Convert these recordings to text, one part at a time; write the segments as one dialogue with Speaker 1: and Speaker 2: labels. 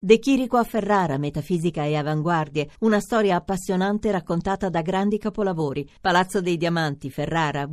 Speaker 1: De Chirico a Ferrara, metafisica e avanguardie, una storia appassionante raccontata da grandi capolavori. Palazzo dei Diamanti, Ferrara,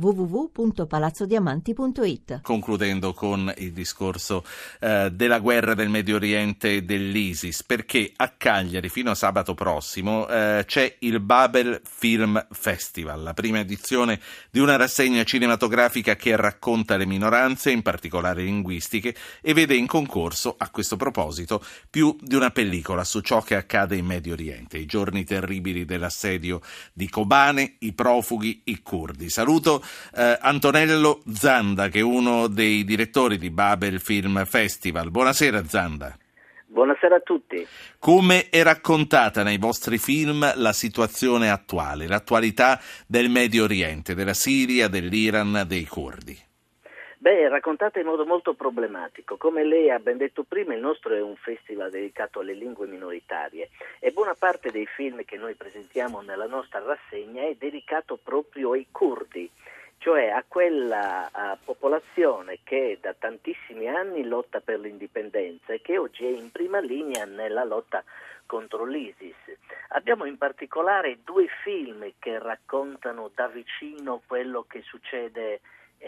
Speaker 1: www.palazzodiamanti.it.
Speaker 2: Concludendo con il discorso della guerra del Medio Oriente e dell'ISIS, perché a Cagliari fino a sabato prossimo c'è il Babel Film Festival, la prima edizione di una rassegna cinematografica che racconta le minoranze, in particolare linguistiche, e vede in concorso, a questo proposito, più di una pellicola su ciò che accade in Medio Oriente, i giorni terribili dell'assedio di Kobane, i profughi, i curdi. Saluto Antonello Zanda, che è uno dei direttori di Babel Film Festival. Buonasera Zanda.
Speaker 3: Buonasera a tutti.
Speaker 2: Come è raccontata nei vostri film la situazione attuale, l'attualità del Medio Oriente, della Siria, dell'Iran, dei curdi?
Speaker 3: È raccontata in modo molto problematico. Come lei ha ben detto prima, il nostro è un festival dedicato alle lingue minoritarie e buona parte dei film che noi presentiamo nella nostra rassegna è dedicato proprio ai curdi, cioè a quella popolazione che da tantissimi anni lotta per l'indipendenza e che oggi è in prima linea nella lotta contro l'ISIS. Abbiamo in particolare due film che raccontano da vicino quello che succede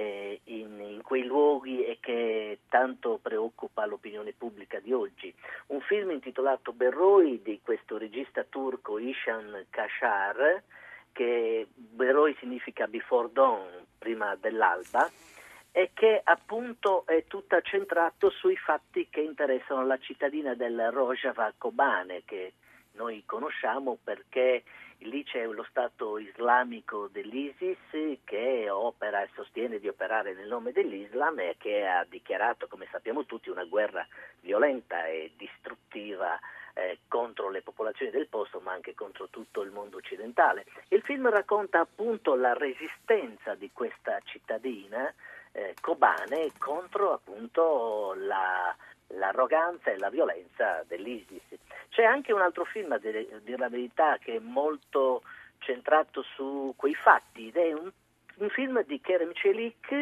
Speaker 3: in quei luoghi e che tanto preoccupa l'opinione pubblica di oggi. Un film intitolato Beroi di questo regista turco Ishan Kashar, che Beroi significa before dawn, prima dell'alba, e che appunto è tutta centrato sui fatti che interessano la cittadina del Rojava Kobane, che noi conosciamo perché lì c'è lo Stato islamico dell'ISIS che opera e sostiene di operare nel nome dell'Islam e che ha dichiarato, come sappiamo tutti, una guerra violenta e distruttiva contro le popolazioni del posto, ma anche contro tutto il mondo occidentale. Il film racconta appunto la resistenza di questa cittadina Kobane contro appunto l'arroganza e la violenza dell'ISIS. C'è anche un altro film, a dire la verità, che è molto centrato su quei fatti, ed è un film di Kerem Çelik,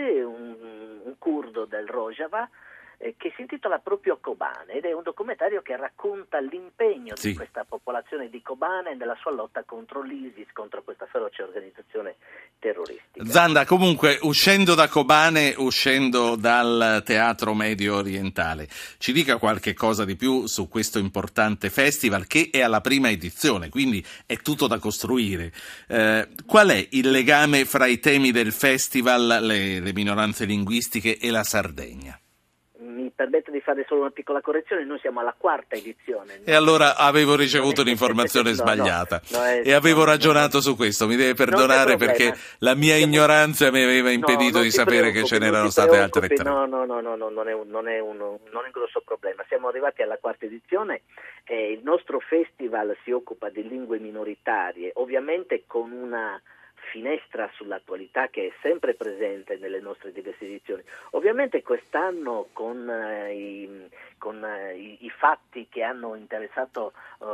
Speaker 3: un curdo del Rojava, che si intitola proprio Kobane, ed è un documentario che racconta l'impegno di questa popolazione di Kobane nella sua lotta contro l'ISIS, contro questa feroce organizzazione terroristica.
Speaker 2: Zanda, comunque, uscendo da Kobane, uscendo dal teatro medio orientale, ci dica qualche cosa di più su questo importante festival che è alla prima edizione, quindi è tutto da costruire. Qual è il legame fra i temi del festival, le minoranze linguistiche e la Sardegna?
Speaker 3: Permette di fare solo una piccola correzione, noi siamo alla quarta edizione.
Speaker 2: E allora avevo ricevuto l'informazione sbagliata e avevo ragionato su questo, mi deve perdonare perché la mia ignoranza mi aveva impedito di sapere che ce n'erano state altre tre.
Speaker 3: No, non è un grosso problema, siamo arrivati alla quarta edizione e il nostro festival si occupa di lingue minoritarie, ovviamente con una finestra sull'attualità che è sempre presente nelle nostre diverse edizioni. Ovviamente quest'anno con i fatti che hanno interessato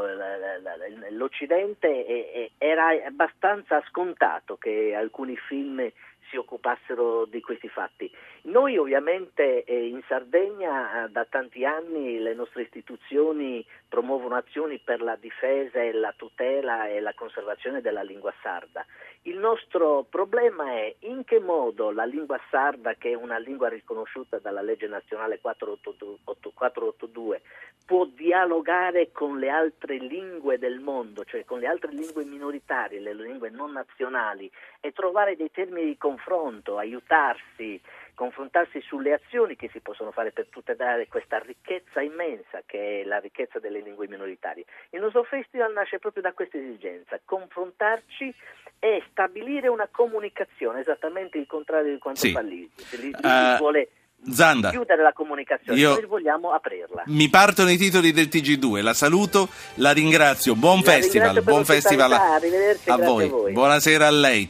Speaker 3: l'Occidente era abbastanza scontato che alcuni film si occupassero di questi fatti. Noi ovviamente in Sardegna da tanti anni le nostre istituzioni promuovono azioni per la difesa e la tutela e la conservazione della lingua sarda. Il nostro problema è in che modo la lingua sarda, che è una lingua riconosciuta dalla legge nazionale 482, può dialogare con le altre lingue del mondo, cioè con le altre lingue minoritarie, le lingue non nazionali, e trovare dei termini di confronto, confrontarsi sulle azioni che si possono fare per tutelare questa ricchezza immensa che è la ricchezza delle lingue minoritarie. Il nostro festival nasce proprio da questa esigenza, confrontarci e stabilire una comunicazione, esattamente il contrario di quanto fa l'ISIS. L'ISIS vuole
Speaker 2: Zanda,
Speaker 3: chiudere la comunicazione, noi vogliamo aprirla.
Speaker 2: Mi partono i titoli del TG2, la saluto, la ringrazio, buon festival a voi, buonasera a lei.